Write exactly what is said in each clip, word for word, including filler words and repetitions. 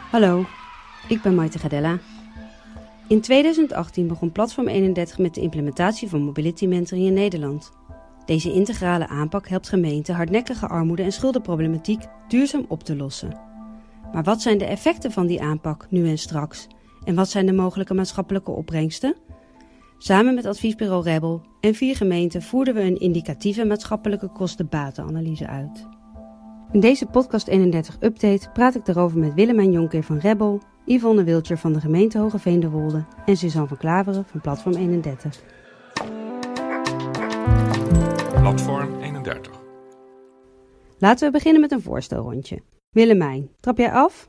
Hallo, ik ben Maite Gadella. In tweeduizend achttien begon Platform eenendertig met de implementatie van Mobility Mentoring in Nederland. Deze integrale aanpak helpt gemeenten hardnekkige armoede en schuldenproblematiek duurzaam op te lossen. Maar wat zijn de effecten van die aanpak nu en straks? En wat zijn de mogelijke maatschappelijke opbrengsten? Samen met adviesbureau Rebel en vier gemeenten voerden we een indicatieve maatschappelijke kosten-batenanalyse uit. In deze podcast eenendertig update praat ik daarover met Willemijn Jonker van Rebel, Yvonne Wiltjer van de gemeente Hoogeveen de Wolde en Suzanne van Klaveren van Platform eenendertig. Platform eenendertig. Laten we beginnen met een voorstelrondje. Willemijn, trap jij af?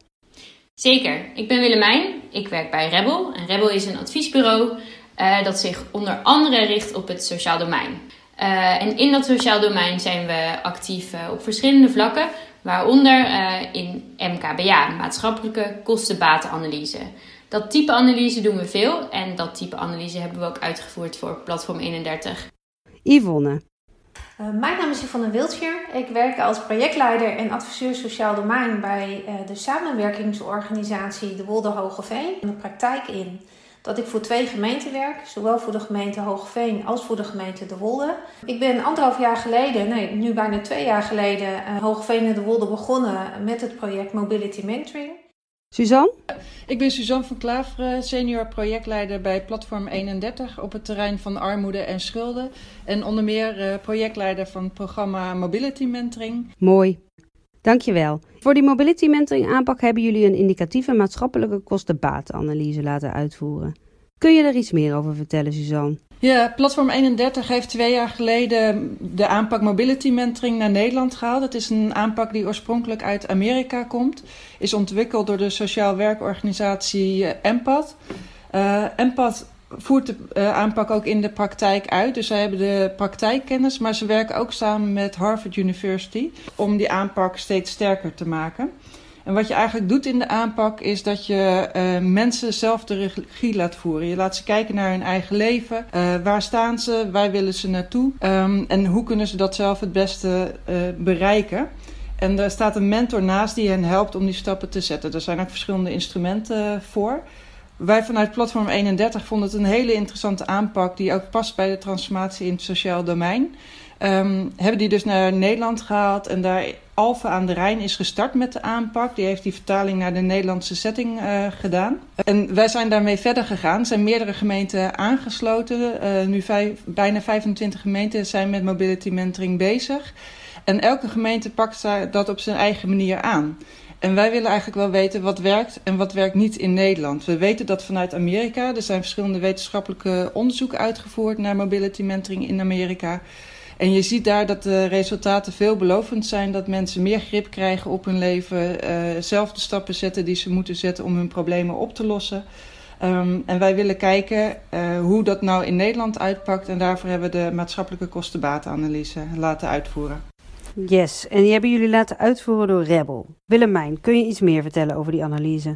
Zeker, ik ben Willemijn. Ik werk bij Rebel. En Rebel is een adviesbureau uh, dat zich onder andere richt op het sociaal domein. Uh, en in dat sociaal domein zijn we actief uh, op verschillende vlakken, waaronder uh, in M K B A, maatschappelijke kosten-batenanalyse. Dat type analyse doen we veel en dat type analyse hebben we ook uitgevoerd voor Platform eenendertig. Yvonne. Uh, mijn naam is Yvonne Wiltjer. Ik werk als projectleider en adviseur sociaal domein bij uh, de samenwerkingsorganisatie De Wolde Hoogeveen in de praktijk in. Dat ik voor twee gemeenten werk, zowel voor de gemeente Hoogeveen als voor de gemeente De Wolde. Ik ben anderhalf jaar geleden, nee nu bijna twee jaar geleden, uh, Hoogeveen en De Wolde begonnen met het project Mobility Mentoring. Suzanne? Ik ben Suzanne van Klaveren, senior projectleider bij Platform eenendertig op het terrein van armoede en schulden. En onder meer uh, projectleider van het programma Mobility Mentoring. Mooi. Dankjewel. Voor die Mobility Mentoring aanpak hebben jullie een indicatieve maatschappelijke kosten-batenanalyse laten uitvoeren. Kun je er iets meer over vertellen, Suzanne? Ja, Platform eenendertig heeft twee jaar geleden de aanpak Mobility Mentoring naar Nederland gehaald. Het is een aanpak die oorspronkelijk uit Amerika komt. Is ontwikkeld door de sociaal werkorganisatie Empath. Uh, Empath voert de uh, aanpak ook in de praktijk uit. Dus zij hebben de praktijkkennis, maar ze werken ook samen met Harvard University om die aanpak steeds sterker te maken. En wat je eigenlijk doet in de aanpak is dat je uh, mensen zelf de regie laat voeren. Je laat ze kijken naar hun eigen leven. Uh, waar staan ze? Waar willen ze naartoe? Um, en hoe kunnen ze dat zelf het beste uh, bereiken? En er staat een mentor naast die hen helpt om die stappen te zetten. Er zijn ook verschillende instrumenten voor. Wij vanuit Platform eenendertig vonden het een hele interessante aanpak die ook past bij de transformatie in het sociaal domein. Um, hebben die dus naar Nederland gehaald en daar Alphen aan de Rijn is gestart met de aanpak. Die heeft die vertaling naar de Nederlandse setting uh, gedaan. En wij zijn daarmee verder gegaan. Er zijn meerdere gemeenten aangesloten. Uh, nu vijf, bijna vijfentwintig gemeenten zijn met Mobility Mentoring bezig. En elke gemeente pakt dat op zijn eigen manier aan. En wij willen eigenlijk wel weten wat werkt en wat werkt niet in Nederland. We weten dat vanuit Amerika, er zijn verschillende wetenschappelijke onderzoeken uitgevoerd naar Mobility Mentoring in Amerika. En je ziet daar dat de resultaten veelbelovend zijn, dat mensen meer grip krijgen op hun leven, uh, zelf de stappen zetten die ze moeten zetten om hun problemen op te lossen. Um, en wij willen kijken uh, hoe dat nou in Nederland uitpakt en daarvoor hebben we de maatschappelijke kosten-batenanalyse laten uitvoeren. Yes, en die hebben jullie laten uitvoeren door Rebel. Willemijn, kun je iets meer vertellen over die analyse?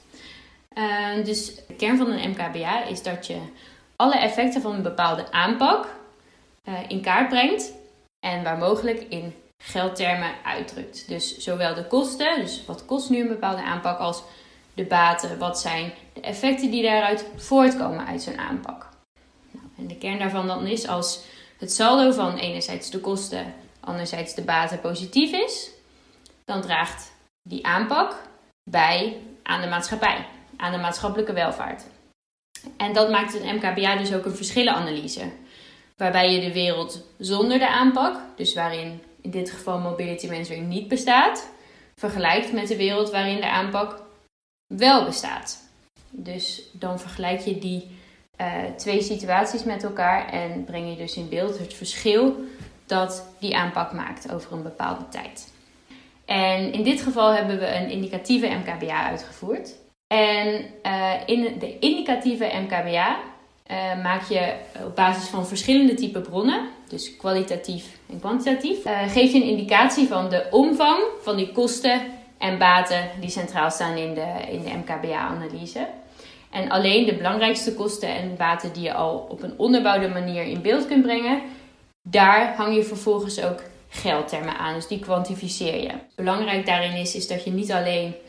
Uh, dus de kern van een M K B A is dat je alle effecten van een bepaalde aanpak uh, in kaart brengt en waar mogelijk in geldtermen uitdrukt. Dus zowel de kosten, dus wat kost nu een bepaalde aanpak, als de baten, wat zijn de effecten die daaruit voortkomen uit zo'n aanpak. Nou, en de kern daarvan dan is als het saldo van enerzijds de kosten, anderzijds de baten positief is, dan draagt die aanpak bij aan de maatschappij, aan de maatschappelijke welvaart. En dat maakt een M K B A dus ook een verschillenanalyse, waarbij je de wereld zonder de aanpak, dus waarin in dit geval Mobility Mentoring niet bestaat, vergelijkt met de wereld waarin de aanpak wel bestaat. Dus dan vergelijk je die uh, twee situaties met elkaar en breng je dus in beeld het verschil dat die aanpak maakt over een bepaalde tijd. En in dit geval hebben we een indicatieve M K B A uitgevoerd. En uh, in de indicatieve M K B A uh, maak je op basis van verschillende type bronnen, dus kwalitatief en kwantitatief, uh, geef je een indicatie van de omvang van die kosten en baten die centraal staan in de, in de M K B A-analyse. En alleen de belangrijkste kosten en baten die je al op een onderbouwde manier in beeld kunt brengen, daar hang je vervolgens ook geldtermen aan. Dus die kwantificeer je. Belangrijk daarin is, is dat je niet alleen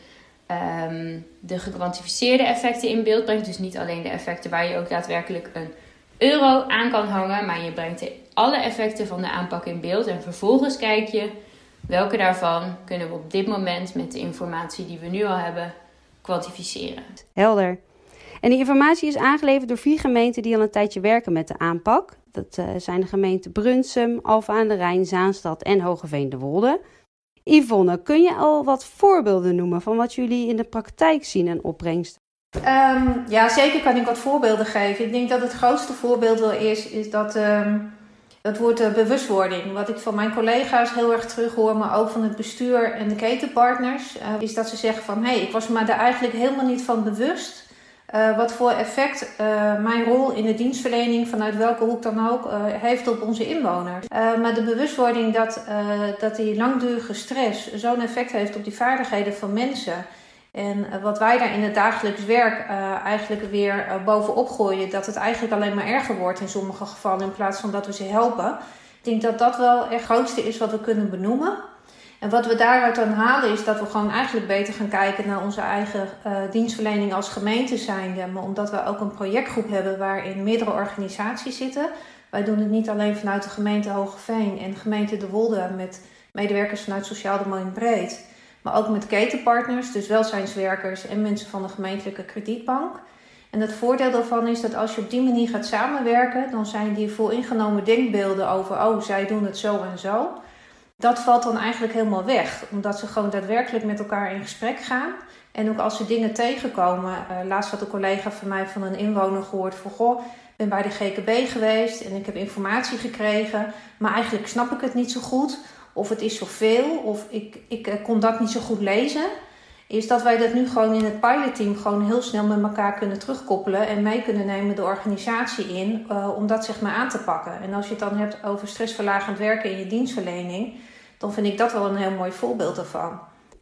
um, de gekwantificeerde effecten in beeld brengt. Dus niet alleen de effecten waar je ook daadwerkelijk een euro aan kan hangen, maar je brengt de, alle effecten van de aanpak in beeld. En vervolgens kijk je welke daarvan kunnen we op dit moment met de informatie die we nu al hebben kwantificeren. Helder. En die informatie is aangeleverd door vier gemeenten die al een tijdje werken met de aanpak. Dat uh, zijn de gemeenten Brunsum, Alphen aan de Rijn, Zaanstad en Hoogeveen de Wolde. Yvonne, kun je al wat voorbeelden noemen van wat jullie in de praktijk zien en opbrengsten? Um, ja, zeker kan ik wat voorbeelden geven. Ik denk dat het grootste voorbeeld wel is, is dat um, het woord uh, bewustwording. Wat ik van mijn collega's heel erg terughoor, maar ook van het bestuur en de ketenpartners, uh, is dat ze zeggen van, hé, hey, ik was me daar eigenlijk helemaal niet van bewust. Uh, wat voor effect uh, mijn rol in de dienstverlening, vanuit welke hoek dan ook, uh, heeft op onze inwoners. Uh, maar de bewustwording dat, uh, dat die langdurige stress zo'n effect heeft op die vaardigheden van mensen. En uh, wat wij daar in het dagelijks werk uh, eigenlijk weer uh, bovenop gooien, dat het eigenlijk alleen maar erger wordt in sommige gevallen in plaats van dat we ze helpen. Ik denk dat dat wel het grootste is wat we kunnen benoemen. En wat we daaruit dan halen is dat we gewoon eigenlijk beter gaan kijken naar onze eigen uh, dienstverlening als gemeente zijnde. Maar omdat we ook een projectgroep hebben waarin meerdere organisaties zitten. Wij doen het niet alleen vanuit de gemeente Hoogeveen en de gemeente De Wolde met medewerkers vanuit Sociaal Domein Breed. Maar ook met ketenpartners, dus welzijnswerkers en mensen van de gemeentelijke kredietbank. En het voordeel daarvan is dat als je op die manier gaat samenwerken, dan zijn die vooringenomen denkbeelden over, oh, zij doen het zo en zo. Dat valt dan eigenlijk helemaal weg, omdat ze gewoon daadwerkelijk met elkaar in gesprek gaan. En ook als ze dingen tegenkomen, uh, laatst had een collega van mij van een inwoner gehoord van, goh, ik ben bij de G K B geweest en ik heb informatie gekregen, maar eigenlijk snap ik het niet zo goed. Of het is zoveel, of ik, ik uh, kon dat niet zo goed lezen. Is dat wij dat nu gewoon in het pilotteam gewoon heel snel met elkaar kunnen terugkoppelen en mee kunnen nemen de organisatie in uh, om dat zeg maar aan te pakken. En als je het dan hebt over stressverlagend werken in je dienstverlening, dan vind ik dat wel een heel mooi voorbeeld daarvan.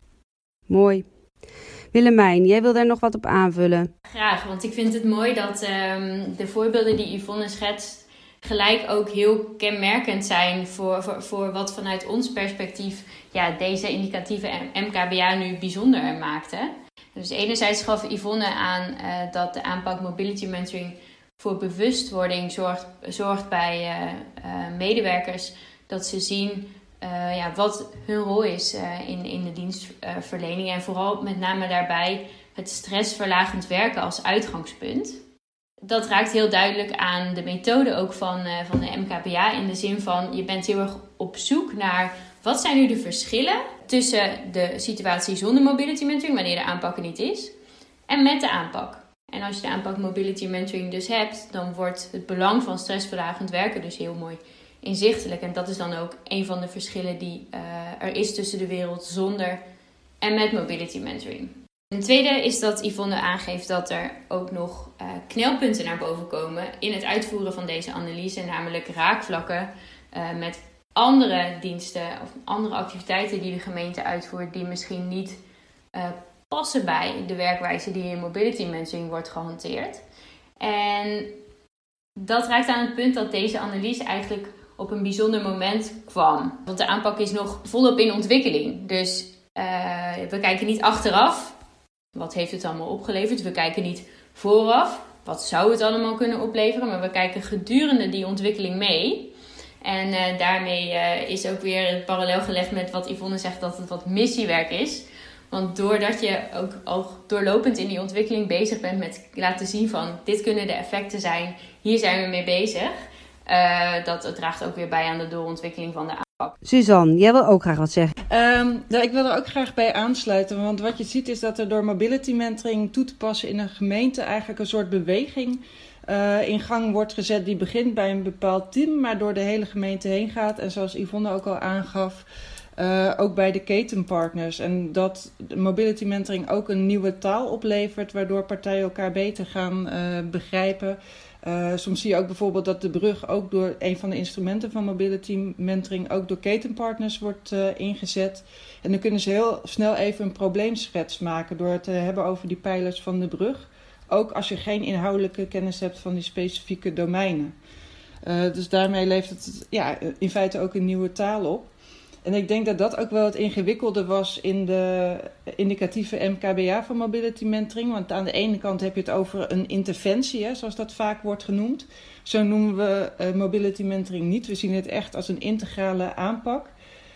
Mooi. Willemijn, jij wil daar nog wat op aanvullen? Graag, want ik vind het mooi dat um, de voorbeelden die Yvonne schetst gelijk ook heel kenmerkend zijn voor, voor, voor wat vanuit ons perspectief ja, deze indicatieve M K B A nu bijzonder maakte. Dus enerzijds gaf Yvonne aan uh, dat de aanpak Mobility Mentoring voor bewustwording zorgt, zorgt bij uh, uh, medewerkers, dat ze zien uh, ja, wat hun rol is uh, in, in de dienstverlening en vooral met name daarbij het stressverlagend werken als uitgangspunt. Dat raakt heel duidelijk aan de methode ook van, uh, van de M K B A. In de zin van, je bent heel erg op zoek naar wat zijn nu de verschillen tussen de situatie zonder mobility mentoring, wanneer de aanpak er niet is, en met de aanpak. En als je de aanpak mobility mentoring dus hebt, dan wordt het belang van stressverlagend werken dus heel mooi inzichtelijk. En dat is dan ook een van de verschillen die uh, er is tussen de wereld zonder en met mobility mentoring. Een tweede is dat Yvonne aangeeft dat er ook nog uh, knelpunten naar boven komen in het uitvoeren van deze analyse. Namelijk raakvlakken uh, met andere diensten of andere activiteiten die de gemeente uitvoert die misschien niet uh, passen bij de werkwijze die in mobility mentoring wordt gehanteerd. En dat raakt aan het punt dat deze analyse eigenlijk op een bijzonder moment kwam. Want de aanpak is nog volop in ontwikkeling. Dus uh, we kijken niet achteraf. Wat heeft het allemaal opgeleverd? We kijken niet vooraf. Wat zou het allemaal kunnen opleveren? Maar we kijken gedurende die ontwikkeling mee. En uh, daarmee uh, is ook weer het parallel gelegd met wat Yvonne zegt, dat het wat missiewerk is. Want doordat je ook al doorlopend in die ontwikkeling bezig bent met laten zien van dit kunnen de effecten zijn, hier zijn we mee bezig. Uh, dat het draagt ook weer bij aan de doorontwikkeling van de aanpak. Suzanne, jij wil ook graag wat zeggen. Um, nou, ik wil er ook graag bij aansluiten. Want wat je ziet is dat er door mobility mentoring toe te passen in een gemeente eigenlijk een soort beweging uh, in gang wordt gezet. Die begint bij een bepaald team, maar door de hele gemeente heen gaat. En zoals Yvonne ook al aangaf, uh, ook bij de ketenpartners. En dat mobility mentoring ook een nieuwe taal oplevert, waardoor partijen elkaar beter gaan uh, begrijpen. Uh, soms zie je ook bijvoorbeeld dat de brug ook door een van de instrumenten van mobility mentoring ook door ketenpartners wordt uh, ingezet. En dan kunnen ze heel snel even een probleemschets maken door het te hebben over die pijlers van de brug. Ook als je geen inhoudelijke kennis hebt van die specifieke domeinen. Uh, dus daarmee levert het ja, in feite ook een nieuwe taal op. En ik denk dat dat ook wel het ingewikkelde was in de indicatieve M K B A van mobility mentoring. Want aan de ene kant heb je het over een interventie, hè, zoals dat vaak wordt genoemd. Zo noemen we uh, mobility mentoring niet. We zien het echt als een integrale aanpak.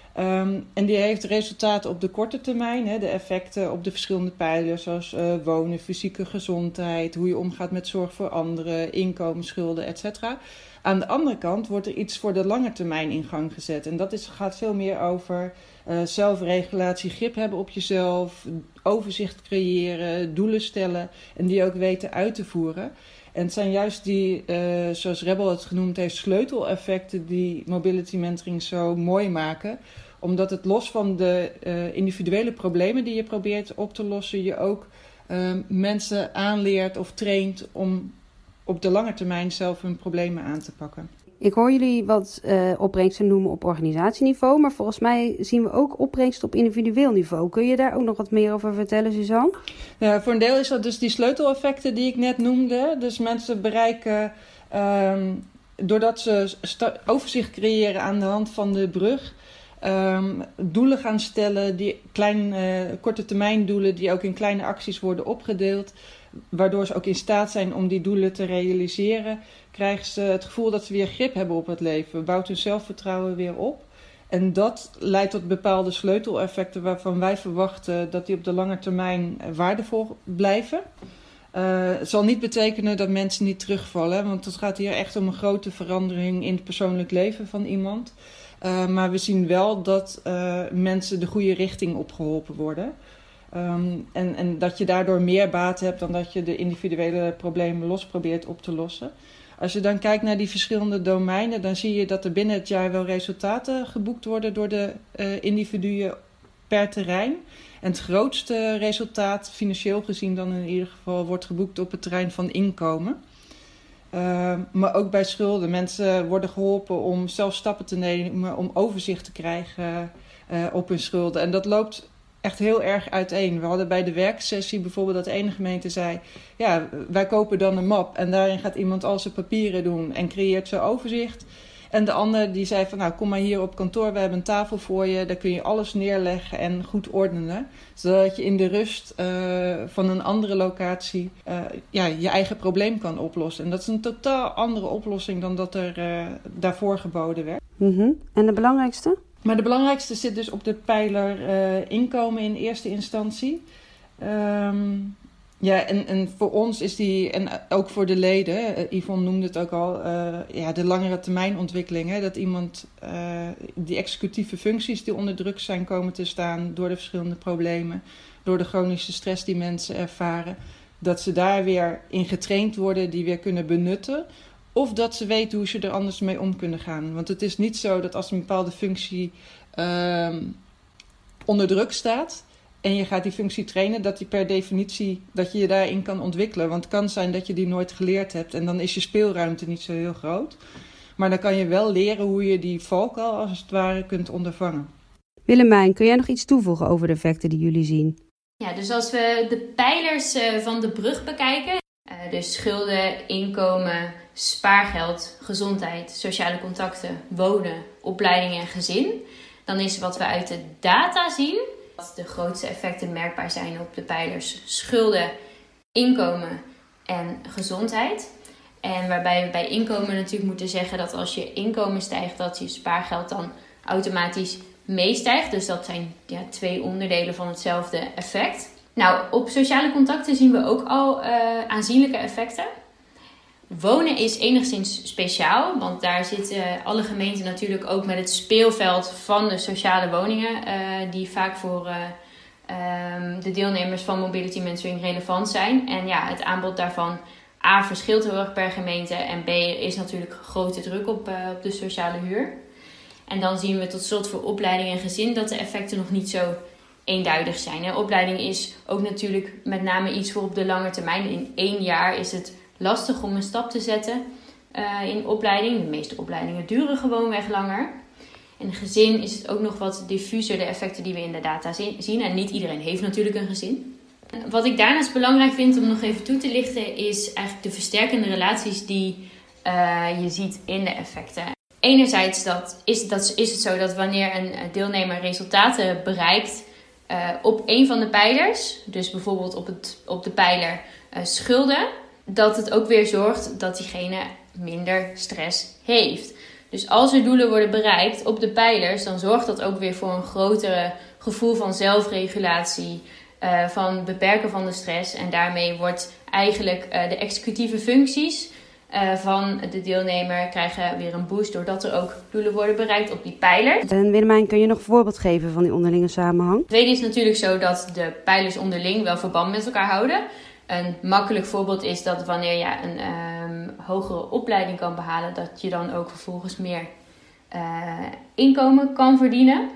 Um, en die heeft resultaten op de korte termijn. Hè, de effecten op de verschillende pijlers zoals uh, wonen, fysieke gezondheid, hoe je omgaat met zorg voor anderen, inkomensschulden, et cetera. Aan de andere kant wordt er iets voor de lange termijn in gang gezet. En dat is, gaat veel meer over uh, zelfregulatie, grip hebben op jezelf, overzicht creëren, doelen stellen en die ook weten uit te voeren. En het zijn juist die, uh, zoals Rebel het genoemd heeft, sleuteleffecten die mobility mentoring zo mooi maken. Omdat het los van de uh, individuele problemen die je probeert op te lossen, je ook uh, mensen aanleert of traint om op de lange termijn zelf hun problemen aan te pakken. Ik hoor jullie wat uh, opbrengsten noemen op organisatieniveau, maar volgens mij zien we ook opbrengsten op individueel niveau. Kun je daar ook nog wat meer over vertellen, Suzanne? Ja, voor een deel is dat dus die sleuteleffecten die ik net noemde. Dus mensen bereiken, um, doordat ze sta- overzicht creëren aan de hand van de brug, um, doelen gaan stellen, die klein, uh, korte termijn doelen die ook in kleine acties worden opgedeeld, waardoor ze ook in staat zijn om die doelen te realiseren, krijgen ze het gevoel dat ze weer grip hebben op het leven. Bouwt hun zelfvertrouwen weer op. En dat leidt tot bepaalde sleuteleffecten waarvan wij verwachten dat die op de lange termijn waardevol blijven. Uh, het zal niet betekenen dat mensen niet terugvallen, want het gaat hier echt om een grote verandering in het persoonlijk leven van iemand. Uh, maar we zien wel dat uh, mensen de goede richting opgeholpen worden. Um, en, en dat je daardoor meer baat hebt dan dat je de individuele problemen los probeert op te lossen. Als je dan kijkt naar die verschillende domeinen, dan zie je dat er binnen het jaar wel resultaten geboekt worden door de uh, individuen per terrein. En het grootste resultaat, financieel gezien dan in ieder geval, wordt geboekt op het terrein van inkomen. Uh, maar ook bij schulden. Mensen worden geholpen om zelf stappen te nemen om overzicht te krijgen uh, op hun schulden. En dat loopt echt heel erg uiteen. We hadden bij de werksessie bijvoorbeeld dat de ene gemeente zei, ja, wij kopen dan een map en daarin gaat iemand al zijn papieren doen en creëert zijn overzicht. En de ander die zei van, nou, kom maar hier op kantoor, we hebben een tafel voor je, daar kun je alles neerleggen en goed ordenen. Zodat je in de rust uh, van een andere locatie uh, ja, je eigen probleem kan oplossen. En dat is een totaal andere oplossing dan dat er uh, daarvoor geboden werd. Mm-hmm. En de belangrijkste? Maar de belangrijkste zit dus op de pijler uh, inkomen in eerste instantie. Um, ja, en, en voor ons is die, en ook voor de leden, uh, Yvonne noemde het ook al, uh, ja, de langere termijn ontwikkeling. Hè, dat iemand uh, die executieve functies die onder druk zijn komen te staan door de verschillende problemen, door de chronische stress die mensen ervaren, dat ze daar weer in getraind worden, die weer kunnen benutten. Of dat ze weten hoe ze er anders mee om kunnen gaan. Want het is niet zo dat als een bepaalde functie uh, onder druk staat en je gaat die functie trainen, dat die per definitie, dat je je daarin kan ontwikkelen. Want het kan zijn dat je die nooit geleerd hebt en dan is je speelruimte niet zo heel groot. Maar dan kan je wel leren hoe je die valkuil als het ware kunt ondervangen. Willemijn, kun jij nog iets toevoegen over de effecten die jullie zien? Ja, dus als we de pijlers uh, van de brug bekijken, uh, dus schulden, inkomen, spaargeld, gezondheid, sociale contacten, wonen, opleiding en gezin, dan is wat we uit de data zien dat de grootste effecten merkbaar zijn op de pijlers schulden, inkomen en gezondheid. En waarbij we bij inkomen natuurlijk moeten zeggen dat als je inkomen stijgt, dat je spaargeld dan automatisch meestijgt. Dus dat zijn ja, twee onderdelen van hetzelfde effect. Nou, op sociale contacten zien we ook al uh, aanzienlijke effecten. Wonen is enigszins speciaal, want daar zitten alle gemeenten natuurlijk ook met het speelveld van de sociale woningen, uh, die vaak voor uh, um, de deelnemers van Mobility Mentoring relevant zijn. En ja, het aanbod daarvan A verschilt heel erg per gemeente en B is natuurlijk grote druk op, uh, op de sociale huur. En dan zien we tot slot voor opleiding en gezin dat de effecten nog niet zo eenduidig zijn. Hè. Opleiding is ook natuurlijk met name iets voor op de lange termijn. In één jaar is het lastig om een stap te zetten uh, in opleiding. De meeste opleidingen duren gewoonweg langer. En gezin is het ook nog wat diffuser, de effecten die we in de data zien. En niet iedereen heeft natuurlijk een gezin. Wat ik daarnaast belangrijk vind om nog even toe te lichten is eigenlijk de versterkende relaties die uh, je ziet in de effecten. Enerzijds dat is, dat is het zo dat wanneer een deelnemer resultaten bereikt uh, op een van de pijlers, dus bijvoorbeeld op, het, op de pijler uh, schulden, dat het ook weer zorgt dat diegene minder stress heeft. Dus als er doelen worden bereikt op de pijlers, dan zorgt dat ook weer voor een grotere gevoel van zelfregulatie, uh, van beperken van de stress. En daarmee wordt eigenlijk uh, de executieve functies uh, van de deelnemer krijgen weer een boost, doordat er ook doelen worden bereikt op die pijlers. En Willemijn, kun je nog een voorbeeld geven van die onderlinge samenhang? Het tweede is natuurlijk zo dat de pijlers onderling wel verband met elkaar houden. Een makkelijk voorbeeld is dat wanneer je een um, hogere opleiding kan behalen, dat je dan ook vervolgens meer uh, inkomen kan verdienen.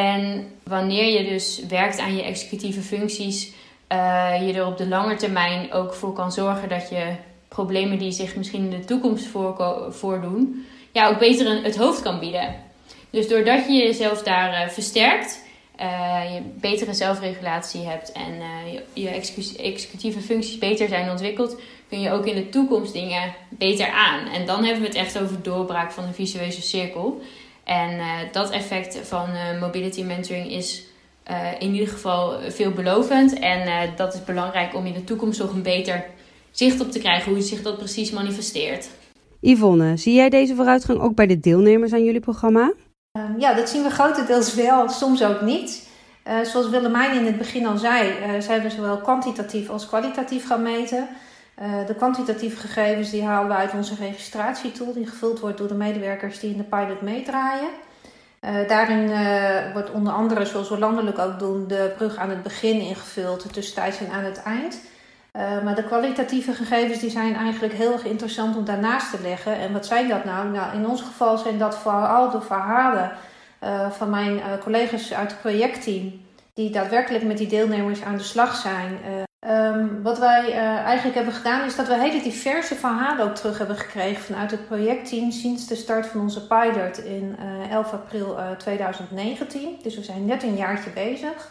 En wanneer je dus werkt aan je executieve functies, uh, je er op de lange termijn ook voor kan zorgen dat je problemen die zich misschien in de toekomst voorko- voordoen, ja, ook beter een, het hoofd kan bieden. Dus doordat je jezelf daar uh, versterkt, Uh, je betere zelfregulatie hebt en uh, je, je execu- executieve functies beter zijn ontwikkeld, kun je ook in de toekomst dingen beter aan. En dan hebben we het echt over doorbraak van de visueuze cirkel. En uh, dat effect van uh, mobility mentoring is uh, in ieder geval veelbelovend. En uh, dat is belangrijk om in de toekomst nog een beter zicht op te krijgen hoe zich dat precies manifesteert. Yvonne, zie jij deze vooruitgang ook bij de deelnemers aan jullie programma? Ja, dat zien we grotendeels wel, soms ook niet. Uh, zoals Willemijn in het begin al zei, uh, zijn we zowel kwantitatief als kwalitatief gaan meten. Uh, de kwantitatieve gegevens die halen we uit onze registratietool, die gevuld wordt door de medewerkers die in de pilot meedraaien. Uh, daarin uh, wordt onder andere, zoals we landelijk ook doen, de brug aan het begin ingevuld, de tussentijds en aan het eind. Uh, maar de kwalitatieve gegevens die zijn eigenlijk heel erg interessant om daarnaast te leggen. En wat zijn dat nou? Nou, in ons geval zijn dat vooral de verhalen uh, van mijn uh, collega's uit het projectteam, die daadwerkelijk met die deelnemers aan de slag zijn. Uh, um, wat wij uh, eigenlijk hebben gedaan is dat we hele diverse verhalen ook terug hebben gekregen vanuit het projectteam sinds de start van onze pilot in uh, elf april uh, tweeduizend negentien. Dus we zijn net een jaartje bezig.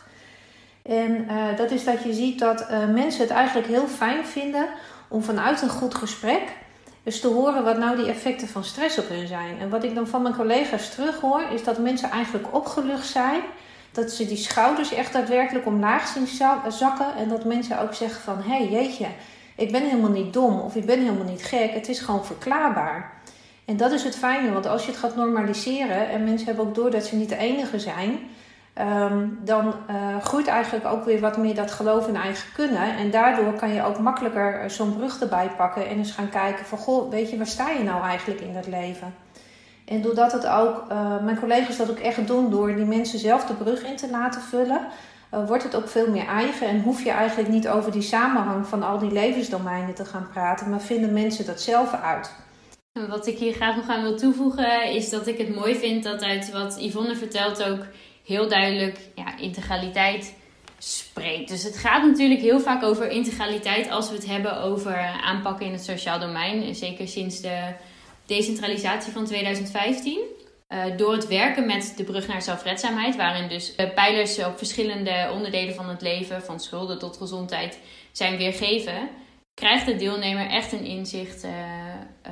En uh, dat is dat je ziet dat uh, mensen het eigenlijk heel fijn vinden om vanuit een goed gesprek dus te horen wat nou die effecten van stress op hun zijn. En wat ik dan van mijn collega's terughoor is dat mensen eigenlijk opgelucht zijn. Dat ze die schouders echt daadwerkelijk omlaag zien zakken. En dat mensen ook zeggen van, hé hey, jeetje, ik ben helemaal niet dom of ik ben helemaal niet gek. Het is gewoon verklaarbaar. En dat is het fijne, want als je het gaat normaliseren en mensen hebben ook door dat ze niet de enige zijn, Um, dan uh, groeit eigenlijk ook weer wat meer dat geloof in eigen kunnen. En daardoor kan je ook makkelijker uh, zo'n brug erbij pakken en eens gaan kijken van, goh, weet je, waar sta je nou eigenlijk in het leven? En doordat het ook, uh, mijn collega's dat ook echt doen door die mensen zelf de brug in te laten vullen, uh, wordt het ook veel meer eigen en hoef je eigenlijk niet over die samenhang van al die levensdomeinen te gaan praten, maar vinden mensen dat zelf uit. Wat ik hier graag nog aan wil toevoegen is dat ik het mooi vind dat uit wat Yvonne vertelt ook heel duidelijk ja, integraliteit spreekt. Dus het gaat natuurlijk heel vaak over integraliteit als we het hebben over aanpakken in het sociaal domein. Zeker sinds de decentralisatie van tweeduizend vijftien. Uh, door het werken met de brug naar zelfredzaamheid, waarin dus uh, pijlers op verschillende onderdelen van het leven, van schulden tot gezondheid, zijn weergegeven, krijgt de deelnemer echt een inzicht uh, uh,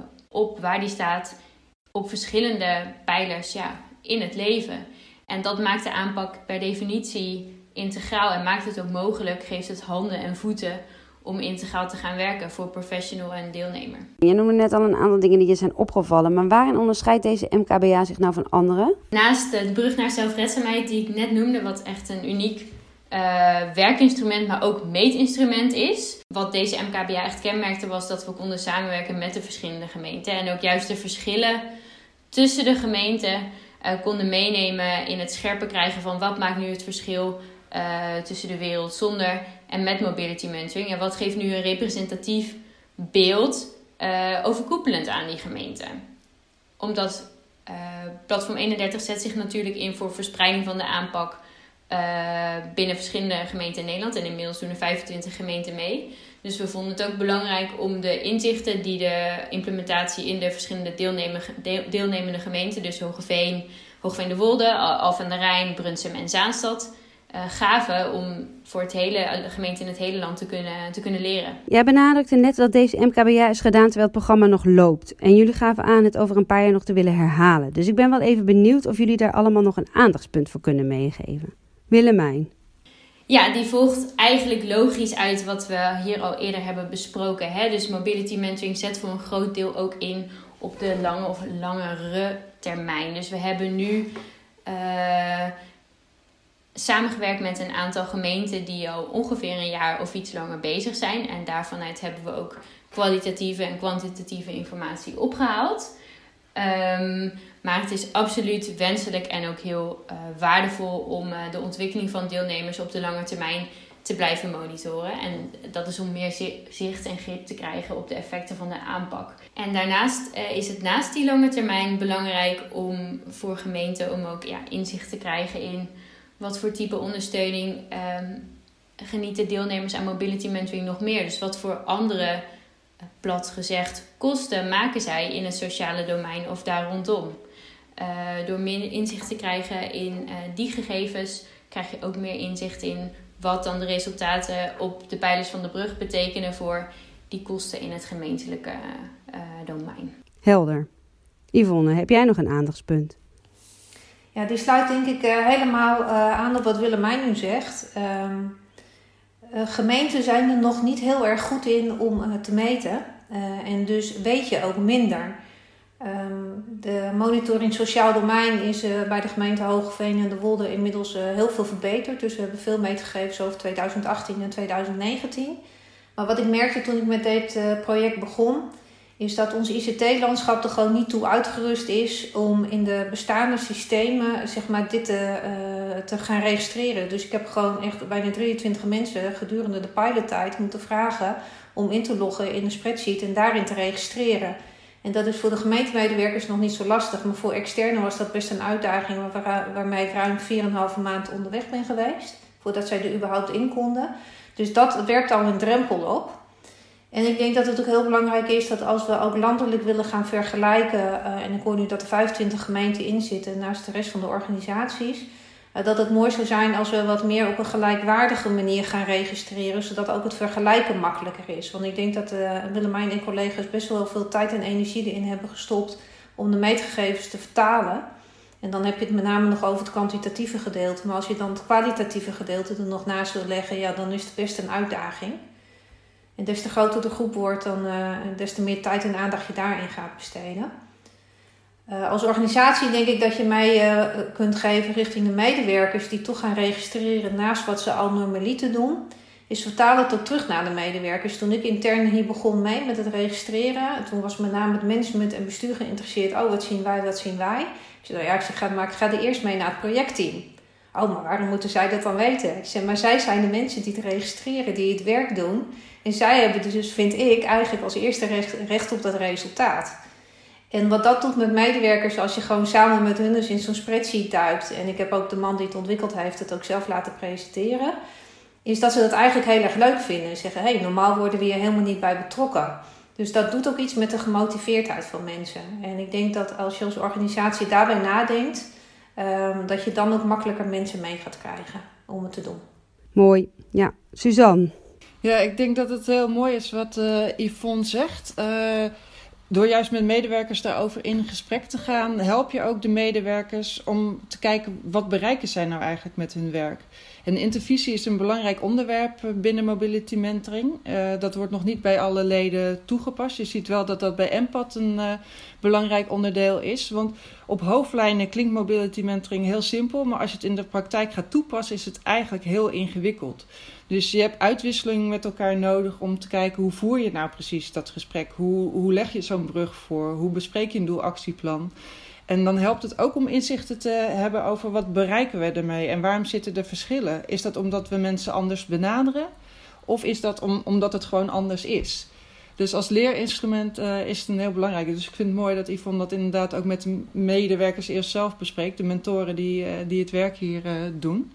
op waar die staat op verschillende pijlers ja, in het leven. En dat maakt de aanpak per definitie integraal en maakt het ook mogelijk, geeft het handen en voeten om integraal te gaan werken voor professional en deelnemer. Je noemde net al een aantal dingen die je zijn opgevallen, maar waarin onderscheidt deze M K B A zich nou van anderen? Naast de brug naar zelfredzaamheid die ik net noemde, wat echt een uniek uh, werkinstrument, maar ook meetinstrument is. Wat deze M K B A echt kenmerkte was dat we konden samenwerken met de verschillende gemeenten en ook juist de verschillen tussen de gemeenten Uh, konden meenemen in het scherper krijgen van wat maakt nu het verschil uh, tussen de wereld zonder en met mobility mentoring. En wat geeft nu een representatief beeld uh, overkoepelend aan die gemeente. Omdat uh, Platform eenendertig zet zich natuurlijk in voor verspreiding van de aanpak uh, binnen verschillende gemeenten in Nederland. En inmiddels doen er vijfentwintig gemeenten mee. Dus we vonden het ook belangrijk om de inzichten die de implementatie in de verschillende deelnemende gemeenten, dus Hoogeveen, Hoogveen de Wolde, Alphen aan de Rijn, Brunsum en Zaanstad, uh, gaven om voor het hele, de gemeente in het hele land te kunnen, te kunnen leren. Jij benadrukte net dat deze M K B A is gedaan terwijl het programma nog loopt. En jullie gaven aan het over een paar jaar nog te willen herhalen. Dus ik ben wel even benieuwd of jullie daar allemaal nog een aandachtspunt voor kunnen meegeven. Willemijn. Ja, die volgt eigenlijk logisch uit wat we hier al eerder hebben besproken. Hè? Dus mobility mentoring zet voor een groot deel ook in op de lange of langere termijn. Dus we hebben nu uh, samengewerkt met een aantal gemeenten die al ongeveer een jaar of iets langer bezig zijn. En daarvanuit hebben we ook kwalitatieve en kwantitatieve informatie opgehaald. Um, maar het is absoluut wenselijk en ook heel uh, waardevol om uh, de ontwikkeling van deelnemers op de lange termijn te blijven monitoren. En dat is om meer zicht en grip te krijgen op de effecten van de aanpak. En daarnaast uh, is het naast die lange termijn belangrijk om voor gemeenten om ook ja, inzicht te krijgen in wat voor type ondersteuning um, genieten deelnemers aan mobility mentoring nog meer. Dus wat voor andere, plat gezegd, kosten maken zij in het sociale domein of daar rondom. Uh, door meer inzicht te krijgen in uh, die gegevens krijg je ook meer inzicht in wat dan de resultaten op de pijlers van de brug betekenen voor die kosten in het gemeentelijke uh, domein. Helder. Yvonne, heb jij nog een aandachtspunt? Ja, die sluit denk ik uh, helemaal uh, aan op wat Willemijn nu zegt. Um, uh, gemeenten zijn er nog niet heel erg goed in om uh, te meten. Uh, en dus weet je ook minder. Um, de monitoring sociaal domein is uh, bij de gemeente Hoogeveen en de Wolde inmiddels uh, heel veel verbeterd. Dus we hebben veel meetgegevens over twintig achttien en twintig negentien. Maar wat ik merkte toen ik met dit uh, project begon, is dat ons I C T-landschap er gewoon niet toe uitgerust is om in de bestaande systemen zeg maar, dit te, uh, te gaan registreren. Dus ik heb gewoon echt bijna drieëntwintig mensen gedurende de pilottijd moeten vragen om in te loggen in een spreadsheet en daarin te registreren. En dat is voor de gemeentemedewerkers nog niet zo lastig, maar voor externen was dat best een uitdaging waar, waarmee ik ruim vier en een halve maand onderweg ben geweest, voordat zij er überhaupt in konden. Dus dat werpt al een drempel op. En ik denk dat het ook heel belangrijk is dat als we ook landelijk willen gaan vergelijken, uh, en ik hoor nu dat er vijfentwintig gemeenten in zitten naast de rest van de organisaties, uh, dat het mooi zou zijn als we wat meer op een gelijkwaardige manier gaan registreren, zodat ook het vergelijken makkelijker is. Want ik denk dat uh, Willemijn en collega's best wel veel tijd en energie erin hebben gestopt om de meetgegevens te vertalen. En dan heb je het met name nog over het kwantitatieve gedeelte. Maar als je dan het kwalitatieve gedeelte er nog naast wil leggen, ja, dan is het best een uitdaging. En des te groter de groep wordt, dan uh, des te meer tijd en aandacht je daarin gaat besteden. Uh, als organisatie denk ik dat je mij uh, kunt geven richting de medewerkers die toch gaan registreren naast wat ze al normaliter doen, is vertalen het ook terug naar de medewerkers. Toen ik intern hier begon mee met het registreren, toen was met name het management en bestuur geïnteresseerd. Oh, wat zien wij, wat zien wij? Ik zei, nou ja, ik, zeg, ga, maar ik ga er eerst mee naar het projectteam. Oh, maar waarom moeten zij dat dan weten? Ik zei, maar zij zijn de mensen die het registreren, die het werk doen. En zij hebben dus, vind ik, eigenlijk als eerste recht, recht op dat resultaat. En wat dat doet met medewerkers, als je gewoon samen met hun dus in zo'n spreadsheet duikt, en ik heb ook de man die het ontwikkeld heeft het ook zelf laten presenteren, is dat ze dat eigenlijk heel erg leuk vinden. En zeggen, hé, hey, normaal worden we hier helemaal niet bij betrokken. Dus dat doet ook iets met de gemotiveerdheid van mensen. En ik denk dat als je als organisatie daarbij nadenkt, um, dat je dan ook makkelijker mensen mee gaat krijgen om het te doen. Mooi. Ja. Suzanne? Ja, ik denk dat het heel mooi is wat uh, Yvonne zegt. Uh, door juist met medewerkers daarover in gesprek te gaan, help je ook de medewerkers om te kijken wat bereiken zij nou eigenlijk met hun werk. En intervisie is een belangrijk onderwerp binnen mobility mentoring. Uh, dat wordt nog niet bij alle leden toegepast. Je ziet wel dat dat bij M P A T een uh, belangrijk onderdeel is. Want op hoofdlijnen klinkt mobility mentoring heel simpel, maar als je het in de praktijk gaat toepassen, is het eigenlijk heel ingewikkeld. Dus je hebt uitwisseling met elkaar nodig om te kijken hoe voer je nou precies dat gesprek? Hoe, hoe leg je zo'n brug voor? Hoe bespreek je een doelactieplan? En dan helpt het ook om inzichten te hebben over wat bereiken we ermee en waarom zitten de verschillen? Is dat omdat we mensen anders benaderen of is dat om, omdat het gewoon anders is? Dus als leerinstrument uh, is het een heel belangrijk. Dus ik vind het mooi dat Yvonne dat inderdaad ook met de medewerkers eerst zelf bespreekt. De mentoren die, uh, die het werk hier uh, doen.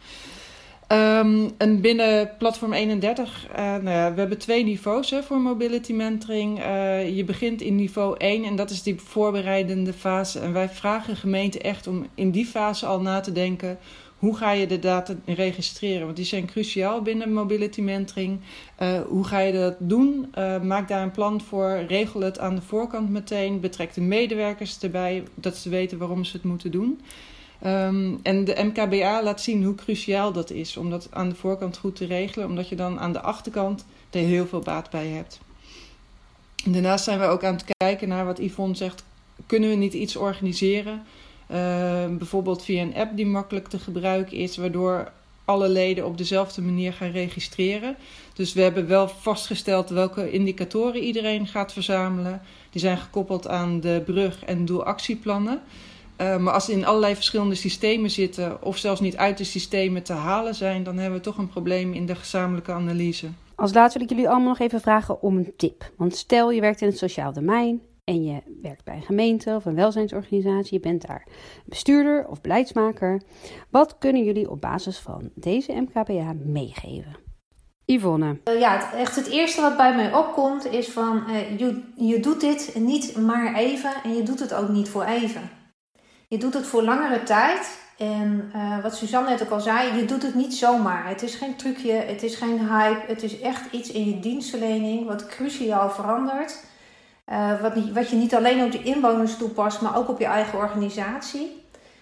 Um, en binnen Platform eenendertig, uh, nou ja, we hebben twee niveaus hè, voor mobility mentoring. Uh, je begint in niveau één en dat is die voorbereidende fase. En wij vragen gemeenten echt om in die fase al na te denken, hoe ga je de data registreren? Want die zijn cruciaal binnen mobility mentoring. Uh, hoe ga je dat doen? Uh, maak daar een plan voor. Regel het aan de voorkant meteen. Betrek de medewerkers erbij, dat ze weten waarom ze het moeten doen. Um, en de M K B A laat zien hoe cruciaal dat is om dat aan de voorkant goed te regelen, omdat je dan aan de achterkant er heel veel baat bij hebt. En daarnaast zijn we ook aan het kijken naar wat Yvonne zegt. Kunnen we niet iets organiseren? Uh, bijvoorbeeld via een app die makkelijk te gebruiken is, waardoor alle leden op dezelfde manier gaan registreren. Dus we hebben wel vastgesteld welke indicatoren iedereen gaat verzamelen. Die zijn gekoppeld aan de brug- en doelactieplannen. Uh, maar als ze in allerlei verschillende systemen zitten of zelfs niet uit de systemen te halen zijn, dan hebben we toch een probleem in de gezamenlijke analyse. Als laatste wil ik jullie allemaal nog even vragen om een tip. Want stel je werkt in het sociaal domein en je werkt bij een gemeente of een welzijnsorganisatie. Je bent daar bestuurder of beleidsmaker. Wat kunnen jullie op basis van deze M K B A meegeven? Yvonne. Uh, ja, het, echt het eerste wat bij mij opkomt is van uh, je, je doet dit niet maar even en je doet het ook niet voor even. Je doet het voor langere tijd en uh, wat Suzanne net ook al zei, je doet het niet zomaar. Het is geen trucje, het is geen hype, het is echt iets in je dienstverlening wat cruciaal verandert. Uh, wat, niet, wat je niet alleen op de inwoners toepast, maar ook op je eigen organisatie.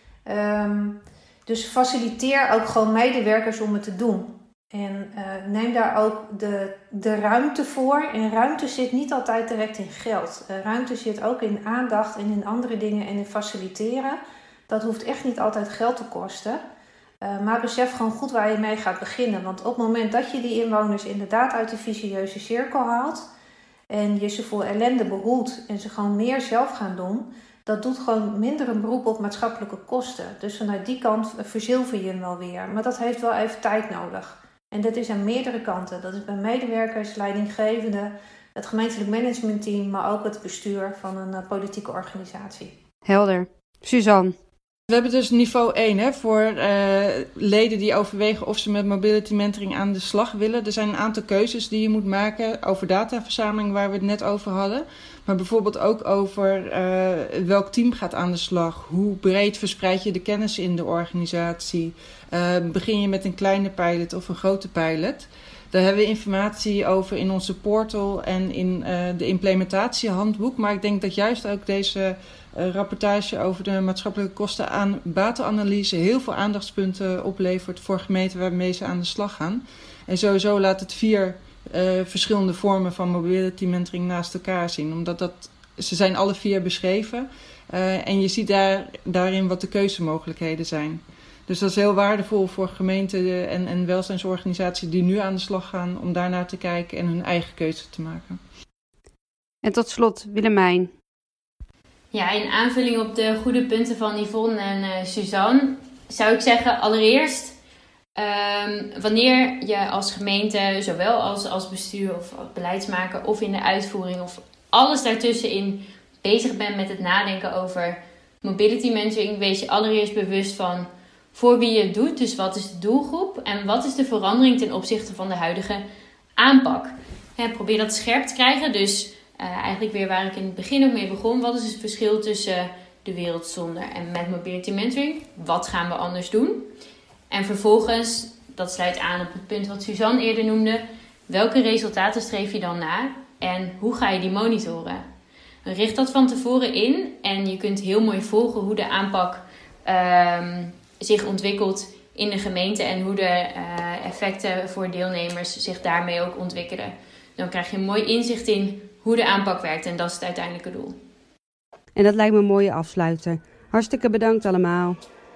Um, dus faciliteer ook gewoon medewerkers om het te doen. En uh, neem daar ook de, de ruimte voor. En ruimte zit niet altijd direct in geld. Uh, ruimte zit ook in aandacht en in andere dingen en in faciliteren. Dat hoeft echt niet altijd geld te kosten. Uh, maar besef gewoon goed waar je mee gaat beginnen. Want op het moment dat je die inwoners inderdaad uit de vicieuze cirkel haalt en je ze voor ellende behoedt en ze gewoon meer zelf gaan doen, dat doet gewoon minder een beroep op maatschappelijke kosten. Dus vanuit die kant verzilver je hem wel weer. Maar dat heeft wel even tijd nodig. En dat is aan meerdere kanten. Dat is bij medewerkers, leidinggevenden, het gemeentelijk managementteam, maar ook het bestuur van een uh, politieke organisatie. Helder. Suzanne. We hebben dus niveau één hè, voor uh, leden die overwegen of ze met mobility mentoring aan de slag willen. Er zijn een aantal keuzes die je moet maken over dataverzameling waar we het net over hadden. Maar bijvoorbeeld ook over uh, welk team gaat aan de slag. Hoe breed verspreid je de kennis in de organisatie? Uh, begin je met een kleine pilot of een grote pilot? Daar hebben we informatie over in onze portal en in uh, de implementatiehandboek. Maar ik denk dat juist ook deze uh, rapportage over de maatschappelijke kosten aan batenanalyse heel veel aandachtspunten oplevert voor gemeenten waarmee ze aan de slag gaan. En sowieso laat het vier uh, verschillende vormen van mobility mentoring naast elkaar zien. Omdat dat, ze zijn alle vier beschreven uh, en je ziet daar, daarin wat de keuzemogelijkheden zijn. Dus dat is heel waardevol voor gemeenten en, en welzijnsorganisaties die nu aan de slag gaan om daarnaar te kijken en hun eigen keuze te maken. En tot slot, Willemijn. Ja, in aanvulling op de goede punten van Yvonne en uh, Suzanne zou ik zeggen allereerst, um, wanneer je als gemeente, zowel als, als bestuur of als beleidsmaker of in de uitvoering of alles daartussenin bezig bent met het nadenken over mobility mentoring, wees je allereerst bewust van voor wie je het doet, dus wat is de doelgroep en wat is de verandering ten opzichte van de huidige aanpak. Ja, probeer dat scherp te krijgen, dus uh, eigenlijk weer waar ik in het begin ook mee begon. Wat is het verschil tussen de wereld zonder en met mobility mentoring? Wat gaan we anders doen? En vervolgens, dat sluit aan op het punt wat Suzanne eerder noemde, welke resultaten streef je dan na en hoe ga je die monitoren? Richt dat van tevoren in en je kunt heel mooi volgen hoe de aanpak Um, zich ontwikkelt in de gemeente en hoe de uh, effecten voor deelnemers zich daarmee ook ontwikkelen. Dan krijg je een mooi inzicht in hoe de aanpak werkt en dat is het uiteindelijke doel. En dat lijkt me een mooie afsluiter. Hartstikke bedankt allemaal.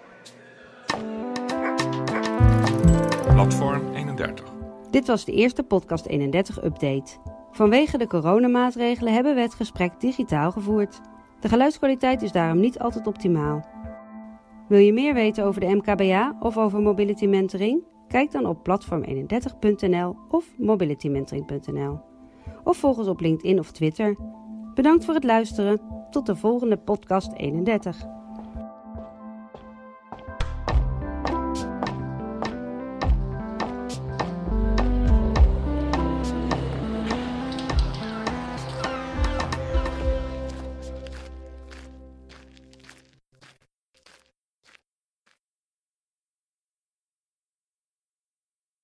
Platform eenendertig. Dit was de eerste Podcast eenendertig update. Vanwege de coronamaatregelen hebben we het gesprek digitaal gevoerd. De geluidskwaliteit is daarom niet altijd optimaal. Wil je meer weten over de M K B A of over mobility mentoring? Kijk dan op platform eenendertig punt n l of mobility mentoring punt n l. Of volg ons op LinkedIn of Twitter. Bedankt voor het luisteren. Tot de volgende Podcast eenendertig.